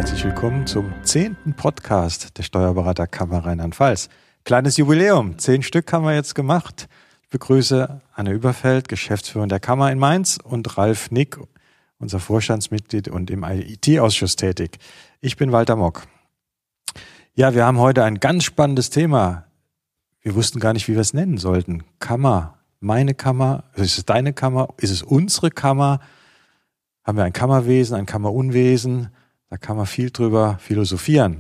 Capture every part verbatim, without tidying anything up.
herzlich willkommen zum zehnten Podcast der Steuerberaterkammer Rheinland-Pfalz. Kleines Jubiläum, zehn Stück haben wir jetzt gemacht. Ich begrüße Anne Überfeld, Geschäftsführerin der Kammer in Mainz, und Ralf Nick, unser Vorstandsmitglied und im I T-Ausschuss tätig. Ich bin Walter Mock. Ja, wir haben heute ein ganz spannendes Thema. Wir wussten gar nicht, wie wir es nennen sollten. Kammer, meine Kammer, ist es deine Kammer, ist es unsere Kammer? Haben wir ein Kammerwesen, ein Kammerunwesen? Da kann man viel drüber philosophieren.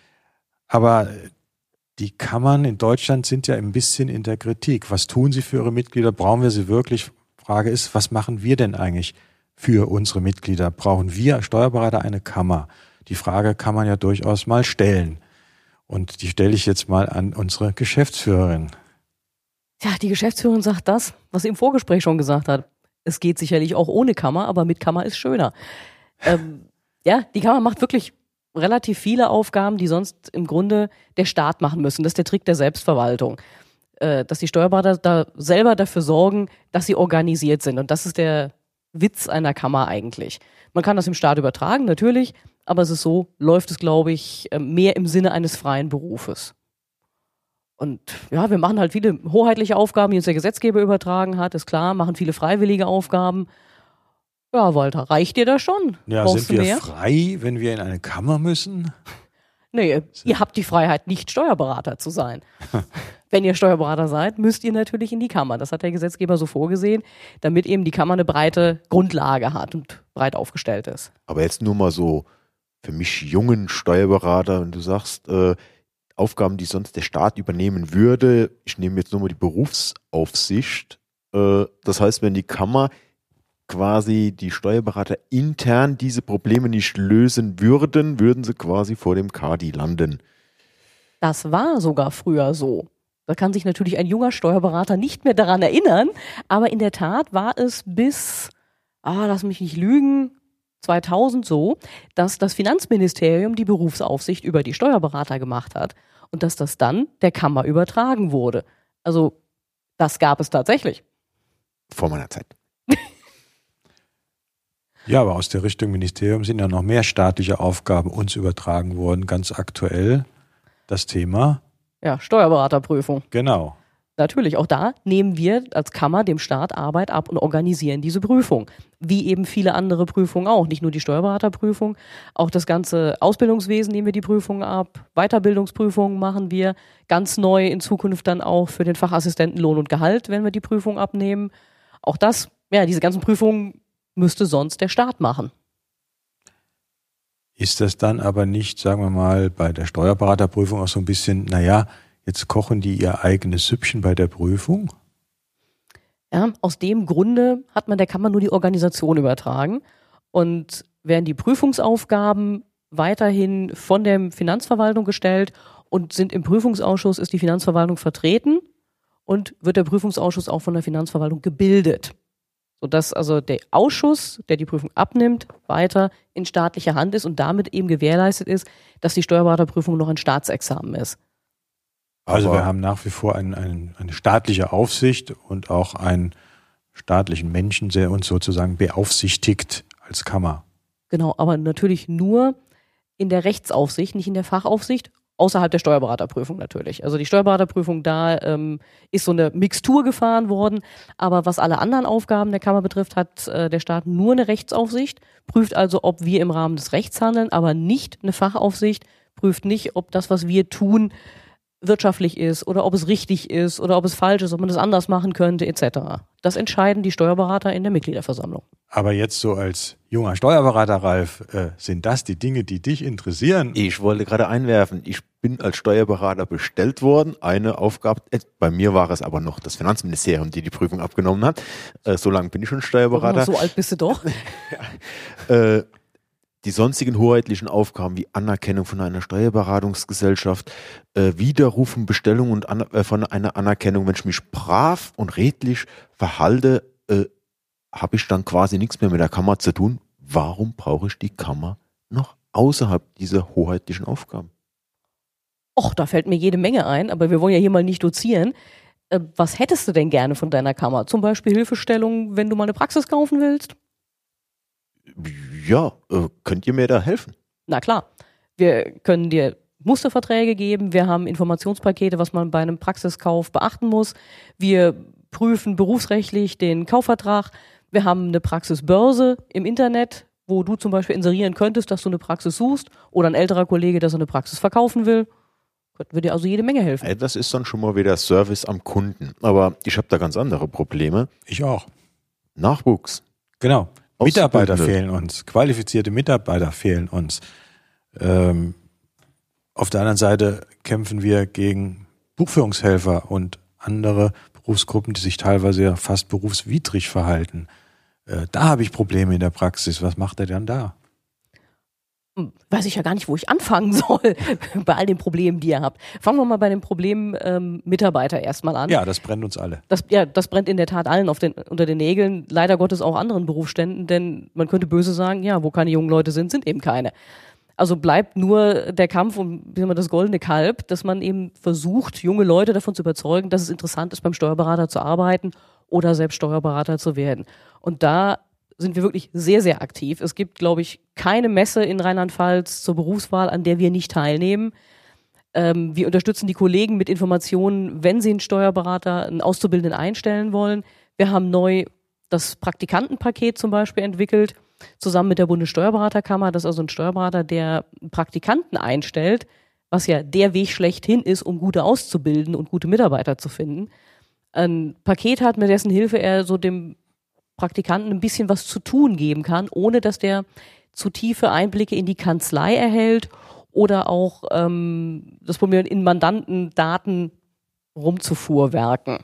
Aber die Kammern in Deutschland sind ja ein bisschen in der Kritik. Was tun sie für ihre Mitglieder? Brauchen wir sie wirklich? Frage ist, was machen wir denn eigentlich für unsere Mitglieder? Brauchen wir Steuerberater eine Kammer? Die Frage kann man ja durchaus mal stellen. Und die stelle ich jetzt mal an unsere Geschäftsführerin. Ja, die Geschäftsführerin sagt das, was sie im Vorgespräch schon gesagt hat. Es geht sicherlich auch ohne Kammer, aber mit Kammer ist schöner. Ähm, ja, die Kammer macht wirklich relativ viele Aufgaben, die sonst im Grunde der Staat machen müssen. Das ist der Trick der Selbstverwaltung. Äh, dass die Steuerberater da selber dafür sorgen, dass sie organisiert sind. Und das ist der Witz einer Kammer eigentlich. Man kann das im Staat übertragen, natürlich, aber es ist so, läuft es, glaube ich, mehr im Sinne eines freien Berufes. Und ja, wir machen halt viele hoheitliche Aufgaben, die uns der Gesetzgeber übertragen hat, ist klar, machen viele freiwillige Aufgaben. Ja, Walter, reicht dir das schon? Ja, Brauchst sind wir mehr? frei, wenn wir in eine Kammer müssen? Nee, ihr habt die Freiheit, nicht Steuerberater zu sein. Wenn ihr Steuerberater seid, müsst ihr natürlich in die Kammer. Das hat der Gesetzgeber so vorgesehen, damit eben die Kammer eine breite Grundlage hat und breit aufgestellt ist. Aber jetzt nur mal so für mich jungen Steuerberater, wenn du sagst, äh, Aufgaben, die sonst der Staat übernehmen würde, ich nehme jetzt nur mal die Berufsaufsicht. Äh, das heißt, wenn die Kammer quasi die Steuerberater intern diese Probleme nicht lösen würden, würden sie quasi vor dem Kadi landen. Das war sogar früher so. Da kann sich natürlich ein junger Steuerberater nicht mehr daran erinnern, aber in der Tat war es bis, ah, lass mich nicht lügen, zweitausend so, dass das Finanzministerium die Berufsaufsicht über die Steuerberater gemacht hat und dass das dann der Kammer übertragen wurde. Also das gab es tatsächlich. Vor meiner Zeit. Ja, aber aus der Richtung Ministerium sind ja noch mehr staatliche Aufgaben uns übertragen worden. Ganz aktuell das Thema. Ja, Steuerberaterprüfung. Genau. Natürlich, auch da nehmen wir als Kammer dem Staat Arbeit ab und organisieren diese Prüfung. Wie eben viele andere Prüfungen auch. Nicht nur die Steuerberaterprüfung, auch das ganze Ausbildungswesen nehmen wir die Prüfungen ab. Weiterbildungsprüfungen machen wir. Ganz neu in Zukunft dann auch für den Fachassistenten Lohn und Gehalt, wenn wir die Prüfung abnehmen. Auch das, ja, diese ganzen Prüfungen müsste sonst der Staat machen. Ist das dann aber nicht, sagen wir mal, bei der Steuerberaterprüfung auch so ein bisschen, naja, jetzt kochen die ihr eigenes Süppchen bei der Prüfung? Ja, aus dem Grunde hat man der Kammer nur die Organisation übertragen und werden die Prüfungsaufgaben weiterhin von der Finanzverwaltung gestellt und sind im Prüfungsausschuss, ist die Finanzverwaltung vertreten und wird der Prüfungsausschuss auch von der Finanzverwaltung gebildet. Sodass also der Ausschuss, der die Prüfung abnimmt, weiter in staatlicher Hand ist und damit eben gewährleistet ist, dass die Steuerberaterprüfung noch ein Staatsexamen ist. Also Aber wir haben nach wie vor ein, ein, eine staatliche Aufsicht und auch einen staatlichen Menschen, der uns sozusagen beaufsichtigt als Kammer. Genau, aber natürlich nur in der Rechtsaufsicht, nicht in der Fachaufsicht, außerhalb der Steuerberaterprüfung natürlich. Also die Steuerberaterprüfung, da ähm, ist so eine Mixtur gefahren worden, aber was alle anderen Aufgaben der Kammer betrifft, hat äh, der Staat nur eine Rechtsaufsicht, prüft also, ob wir im Rahmen des Rechts handeln, aber nicht eine Fachaufsicht, prüft nicht, ob das, was wir tun, wirtschaftlich ist oder ob es richtig ist oder ob es falsch ist, ob man das anders machen könnte, et cetera. Das entscheiden die Steuerberater in der Mitgliederversammlung. Aber jetzt so als junger Steuerberater, Ralf, äh, sind das die Dinge, die dich interessieren? Ich wollte gerade einwerfen, ich bin als Steuerberater bestellt worden. Eine Aufgabe, äh, bei mir war es aber noch das Finanzministerium, die die Prüfung abgenommen hat. Äh, so lange bin ich schon Steuerberater. Oh, so alt bist du doch. äh, die sonstigen hoheitlichen Aufgaben wie Anerkennung von einer Steuerberatungsgesellschaft, äh, Widerrufen, Bestellung und an, äh, von einer Anerkennung, wenn ich mich brav und redlich verhalte, äh, habe ich dann quasi nichts mehr mit der Kammer zu tun. Warum brauche ich die Kammer noch außerhalb dieser hoheitlichen Aufgaben? Och, da fällt mir jede Menge ein, aber wir wollen ja hier mal nicht dozieren. Äh, was hättest du denn gerne von deiner Kammer? Zum Beispiel Hilfestellung, wenn du mal eine Praxis kaufen willst? Ja, äh, könnt ihr mir da helfen? Na klar, wir können dir Musterverträge geben, wir haben Informationspakete, was man bei einem Praxiskauf beachten muss. Wir prüfen berufsrechtlich den Kaufvertrag. Wir haben eine Praxisbörse im Internet, wo du zum Beispiel inserieren könntest, dass du eine Praxis suchst oder ein älterer Kollege, dass er eine Praxis verkaufen will. Könnten wir dir also jede Menge helfen. Das ist dann schon mal wieder Service am Kunden. Aber ich habe da ganz andere Probleme. Ich auch. Nachwuchs. Genau. Mitarbeiter Auszubildende. fehlen uns. Qualifizierte Mitarbeiter fehlen uns. Ähm, auf der anderen Seite kämpfen wir gegen Buchführungshelfer und andere Berufsgruppen, die sich teilweise ja fast berufswidrig verhalten. Äh, da habe ich Probleme in der Praxis. Was macht er denn da? Weiß ich ja gar nicht, wo ich anfangen soll bei all den Problemen, die ihr habt. Fangen wir mal bei dem Problem ähm, Mitarbeiter erstmal an. Ja, das brennt uns alle. Das, ja, das brennt in der Tat allen auf den, unter den Nägeln, leider Gottes auch anderen Berufsständen, denn man könnte böse sagen, ja, wo keine jungen Leute sind, sind eben keine. Also bleibt nur der Kampf um wie sagen wir, das goldene Kalb, dass man eben versucht, junge Leute davon zu überzeugen, dass es interessant ist, beim Steuerberater zu arbeiten oder selbst Steuerberater zu werden. Und da sind wir wirklich sehr, sehr aktiv. Es gibt, glaube ich, keine Messe in Rheinland-Pfalz zur Berufswahl, an der wir nicht teilnehmen. Ähm, wir unterstützen die Kollegen mit Informationen, wenn sie einen Steuerberater, einen Auszubildenden einstellen wollen. Wir haben neu das Praktikantenpaket zum Beispiel entwickelt, zusammen mit der Bundessteuerberaterkammer. Das ist also ein Steuerberater, der Praktikanten einstellt, was ja der Weg schlechthin ist, um gute Auszubilden und gute Mitarbeiter zu finden. Ein Paket hat, mit dessen Hilfe er so dem Praktikanten ein bisschen was zu tun geben kann, ohne dass der zu tiefe Einblicke in die Kanzlei erhält oder auch ähm, das Problem in Mandantendaten rumzufuhrwerken.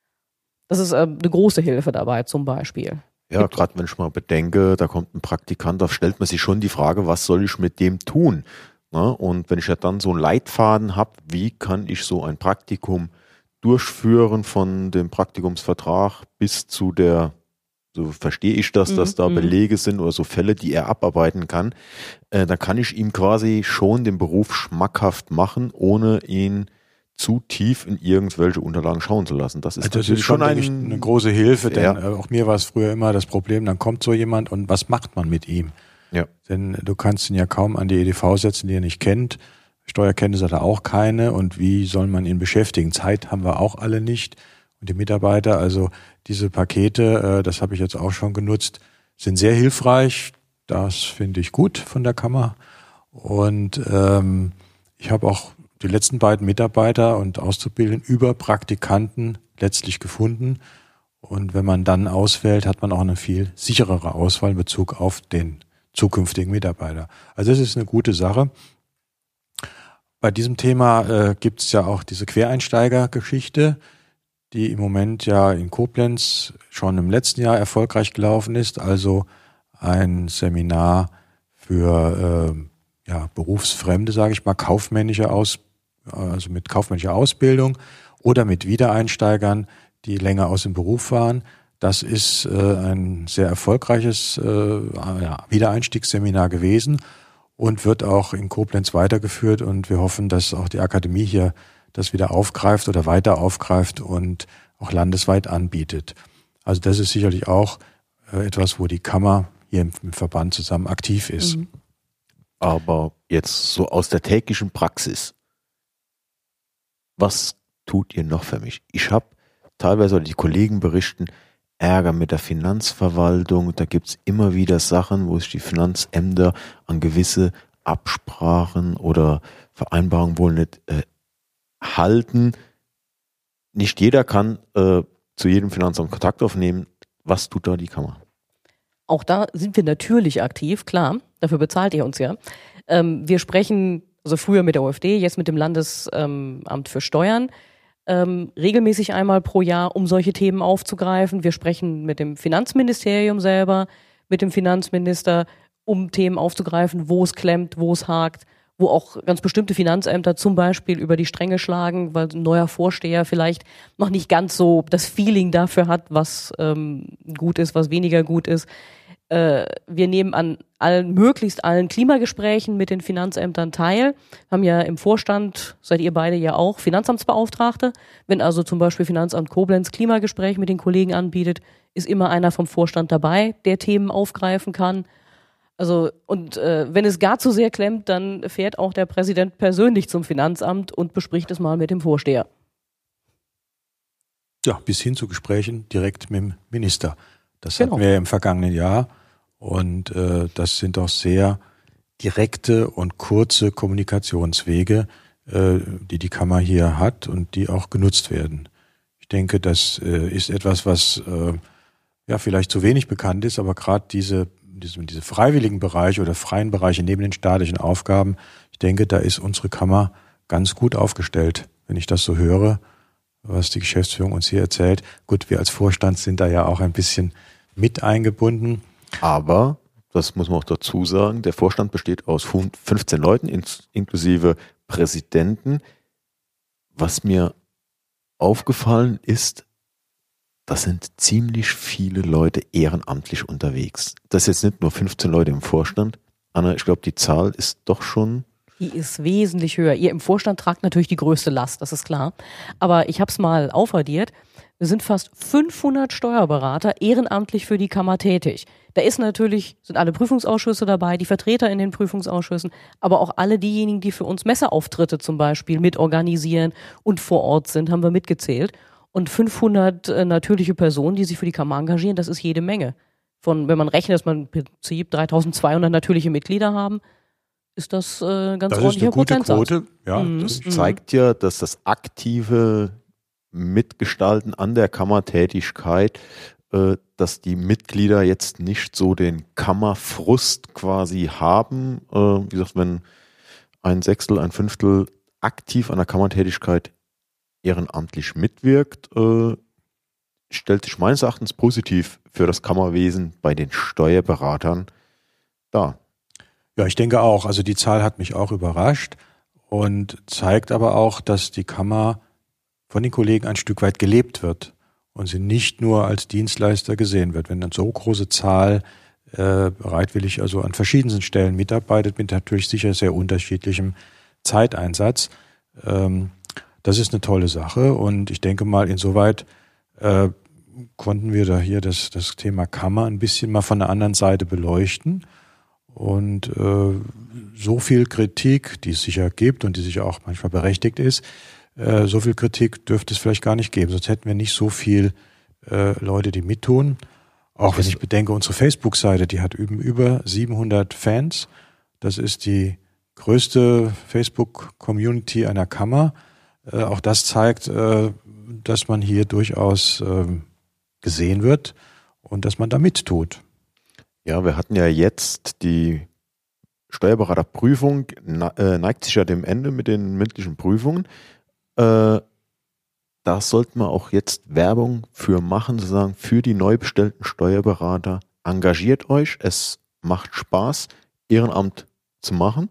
Das ist äh, eine große Hilfe dabei zum Beispiel. Ja, gerade wenn ich mal bedenke, da kommt ein Praktikant, da stellt man sich schon die Frage, was soll ich mit dem tun? Na, und wenn ich ja dann so einen Leitfaden habe, wie kann ich so ein Praktikum durchführen von dem Praktikumsvertrag bis zu der, so verstehe ich das, dass da Mhm. Belege sind oder so Fälle, die er abarbeiten kann, äh, dann kann ich ihm quasi schon den Beruf schmackhaft machen, ohne ihn zu tief in irgendwelche Unterlagen schauen zu lassen. Das ist, Also das natürlich ist schon ein, eine, eine große Hilfe, denn Ja. äh, auch mir war es früher immer das Problem, dann kommt so jemand und was macht man mit ihm? Ja. Denn du kannst ihn ja kaum an die E D V setzen, die er nicht kennt. Steuerkenntnisse hat er auch keine und wie soll man ihn beschäftigen? Zeit haben wir auch alle nicht. Und die Mitarbeiter, also diese Pakete, äh, das habe ich jetzt auch schon genutzt, sind sehr hilfreich. Das finde ich gut von der Kammer. Und ähm, ich habe auch die letzten beiden Mitarbeiter und Auszubildenden über Praktikanten letztlich gefunden. Und wenn man dann auswählt, hat man auch eine viel sicherere Auswahl in Bezug auf den zukünftigen Mitarbeiter. Also das ist eine gute Sache. Bei diesem Thema äh, gibt es ja auch diese Quereinsteiger-Geschichte, die im Moment ja in Koblenz schon im letzten Jahr erfolgreich gelaufen ist. Also ein Seminar für äh, ja, Berufsfremde, sage ich mal, kaufmännische Aus, also mit kaufmännischer Ausbildung oder mit Wiedereinsteigern, die länger aus dem Beruf waren. Das ist äh, ein sehr erfolgreiches äh, ja, Wiedereinstiegsseminar gewesen und wird auch in Koblenz weitergeführt. Und wir hoffen, dass auch die Akademie hier das wieder aufgreift oder weiter aufgreift und auch landesweit anbietet. Also das ist sicherlich auch äh, etwas, wo die Kammer hier im, im Verband zusammen aktiv ist. Mhm. Aber jetzt so aus der täglichen Praxis, was tut ihr noch für mich? Ich habe teilweise, oder die Kollegen berichten, Ärger mit der Finanzverwaltung. Da gibt es immer wieder Sachen, wo sich die Finanzämter an gewisse Absprachen oder Vereinbarungen wohl nicht äh, halten. Nicht jeder kann äh, zu jedem Finanzamt Kontakt aufnehmen. Was tut da die Kammer? Auch da sind wir natürlich aktiv, klar. Dafür bezahlt ihr uns ja. Ähm, wir sprechen, also früher mit der O F D, jetzt mit dem Landesamt ähm, für Steuern, ähm, regelmäßig einmal pro Jahr, um solche Themen aufzugreifen. Wir sprechen mit dem Finanzministerium selber, mit dem Finanzminister, um Themen aufzugreifen, wo es klemmt, wo es hakt, wo auch ganz bestimmte Finanzämter zum Beispiel über die Stränge schlagen, weil ein neuer Vorsteher vielleicht noch nicht ganz so das Feeling dafür hat, was ähm, gut ist, was weniger gut ist. Äh, wir nehmen an allen, möglichst allen Klimagesprächen mit den Finanzämtern teil, haben ja im Vorstand, seid ihr beide ja auch, Finanzamtsbeauftragte. Wenn also zum Beispiel Finanzamt Koblenz Klimagespräch mit den Kollegen anbietet, ist immer einer vom Vorstand dabei, der Themen aufgreifen kann. Also, und äh, wenn es gar zu sehr klemmt, dann fährt auch der Präsident persönlich zum Finanzamt und bespricht es mal mit dem Vorsteher. Ja, bis hin zu Gesprächen direkt mit dem Minister. Das Genau. hatten wir im vergangenen Jahr. Und äh, das sind doch sehr direkte und kurze Kommunikationswege, äh, die die Kammer hier hat und die auch genutzt werden. Ich denke, das äh, ist etwas, was äh, ja vielleicht zu wenig bekannt ist, aber gerade diese, diese, diese freiwilligen Bereiche oder freien Bereiche neben den staatlichen Aufgaben, ich denke, da ist unsere Kammer ganz gut aufgestellt, wenn ich das so höre, was die Geschäftsführung uns hier erzählt. Gut, wir als Vorstand sind da ja auch ein bisschen mit eingebunden. Aber, das muss man auch dazu sagen, der Vorstand besteht aus fünfzehn Leuten, inklusive Präsidenten. Was mir aufgefallen ist, das sind ziemlich viele Leute ehrenamtlich unterwegs. Das ist jetzt nicht nur fünfzehn Leute im Vorstand. Anna, ich glaube, die Zahl ist doch schon... Die ist wesentlich höher. Ihr im Vorstand tragt natürlich die größte Last, das ist klar. Aber ich habe es mal aufaddiert. Wir sind fast fünfhundert Steuerberater ehrenamtlich für die Kammer tätig. Da ist natürlich, sind alle Prüfungsausschüsse dabei, die Vertreter in den Prüfungsausschüssen, aber auch alle diejenigen, die für uns Messeauftritte zum Beispiel mitorganisieren und vor Ort sind, haben wir mitgezählt. Und fünfhundert äh, natürliche Personen, die sich für die Kammer engagieren, das ist jede Menge. Von, wenn man rechnet, dass man im Prinzip dreitausendzweihundert natürliche Mitglieder haben, ist das äh, ganz das ordentlicher Prozentsatz. Das ist eine gute Quote. Ja, Mhm. Das zeigt ja, dass das aktive Mitgestalten an der Kammertätigkeit, äh, dass die Mitglieder jetzt nicht so den Kammerfrust quasi haben. Äh, wie gesagt, wenn ein Sechstel, ein Fünftel aktiv an der Kammertätigkeit ehrenamtlich mitwirkt, äh, stellt sich meines Erachtens positiv für das Kammerwesen bei den Steuerberatern dar. Ja, ich denke auch. Also die Zahl hat mich auch überrascht und zeigt aber auch, dass die Kammer von den Kollegen ein Stück weit gelebt wird und sie nicht nur als Dienstleister gesehen wird. Wenn eine so große Zahl äh, bereitwillig also an verschiedensten Stellen mitarbeitet, mit natürlich sicher sehr unterschiedlichem Zeiteinsatz, ähm, das ist eine tolle Sache und ich denke mal, insoweit äh, konnten wir da hier das, das Thema Kammer ein bisschen mal von der anderen Seite beleuchten. Und äh, so viel Kritik, die es sicher gibt und die sicher auch manchmal berechtigt ist, äh, so viel Kritik dürfte es vielleicht gar nicht geben. Sonst hätten wir nicht so viel äh, Leute, die mittun. Auch wenn ich bedenke, unsere Facebook-Seite, die hat über, über siebenhundert Fans. Das ist die größte Facebook-Community einer Kammer. Äh, auch das zeigt, äh, dass man hier durchaus äh, gesehen wird und dass man da mittut. Ja, wir hatten ja jetzt die Steuerberaterprüfung, neigt sich ja dem Ende mit den mündlichen Prüfungen. Äh, da sollten wir auch jetzt Werbung für machen, sozusagen für die neu bestellten Steuerberater. Engagiert euch, es macht Spaß, Ehrenamt zu machen.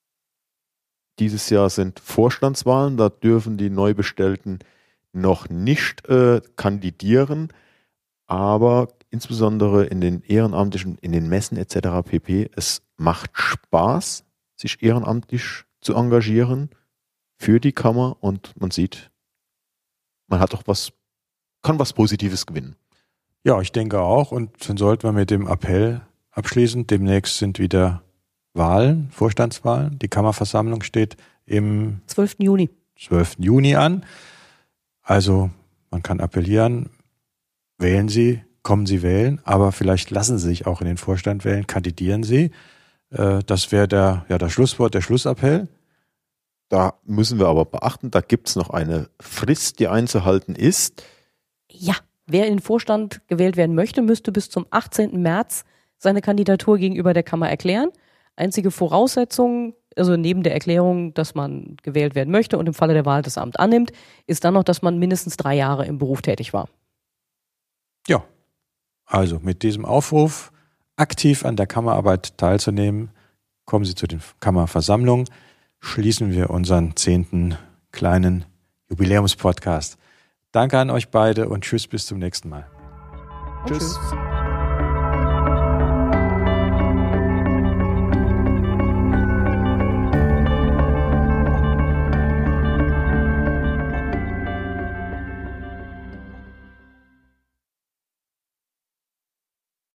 Dieses Jahr sind Vorstandswahlen, da dürfen die Neubestellten noch nicht äh, kandidieren, aber insbesondere in den ehrenamtlichen, in den Messen et cetera pp. Es macht Spaß, sich ehrenamtlich zu engagieren für die Kammer und man sieht, man hat auch was, kann was Positives gewinnen. Ja, ich denke auch und dann sollten wir mit dem Appell abschließen. Demnächst sind wieder Wahlen, Vorstandswahlen. Die Kammerversammlung steht im zwölften Juni. zwölften Juni an. Also man kann appellieren, wählen Sie, kommen Sie wählen, aber vielleicht lassen Sie sich auch in den Vorstand wählen, kandidieren Sie. Das wäre der, ja, das Schlusswort, der Schlussappell. Da müssen wir aber beachten, da gibt es noch eine Frist, die einzuhalten ist. Ja, wer in den Vorstand gewählt werden möchte, müsste bis zum achtzehnten März seine Kandidatur gegenüber der Kammer erklären. Einzige Voraussetzung, also neben der Erklärung, dass man gewählt werden möchte und im Falle der Wahl das Amt annimmt, ist dann noch, dass man mindestens drei Jahre im Beruf tätig war. Ja, also mit diesem Aufruf, aktiv an der Kammerarbeit teilzunehmen, kommen Sie zu den Kammerversammlungen, schließen wir unseren zehnten kleinen Jubiläumspodcast. Danke an euch beide und tschüss, bis zum nächsten Mal. Und tschüss. tschüss.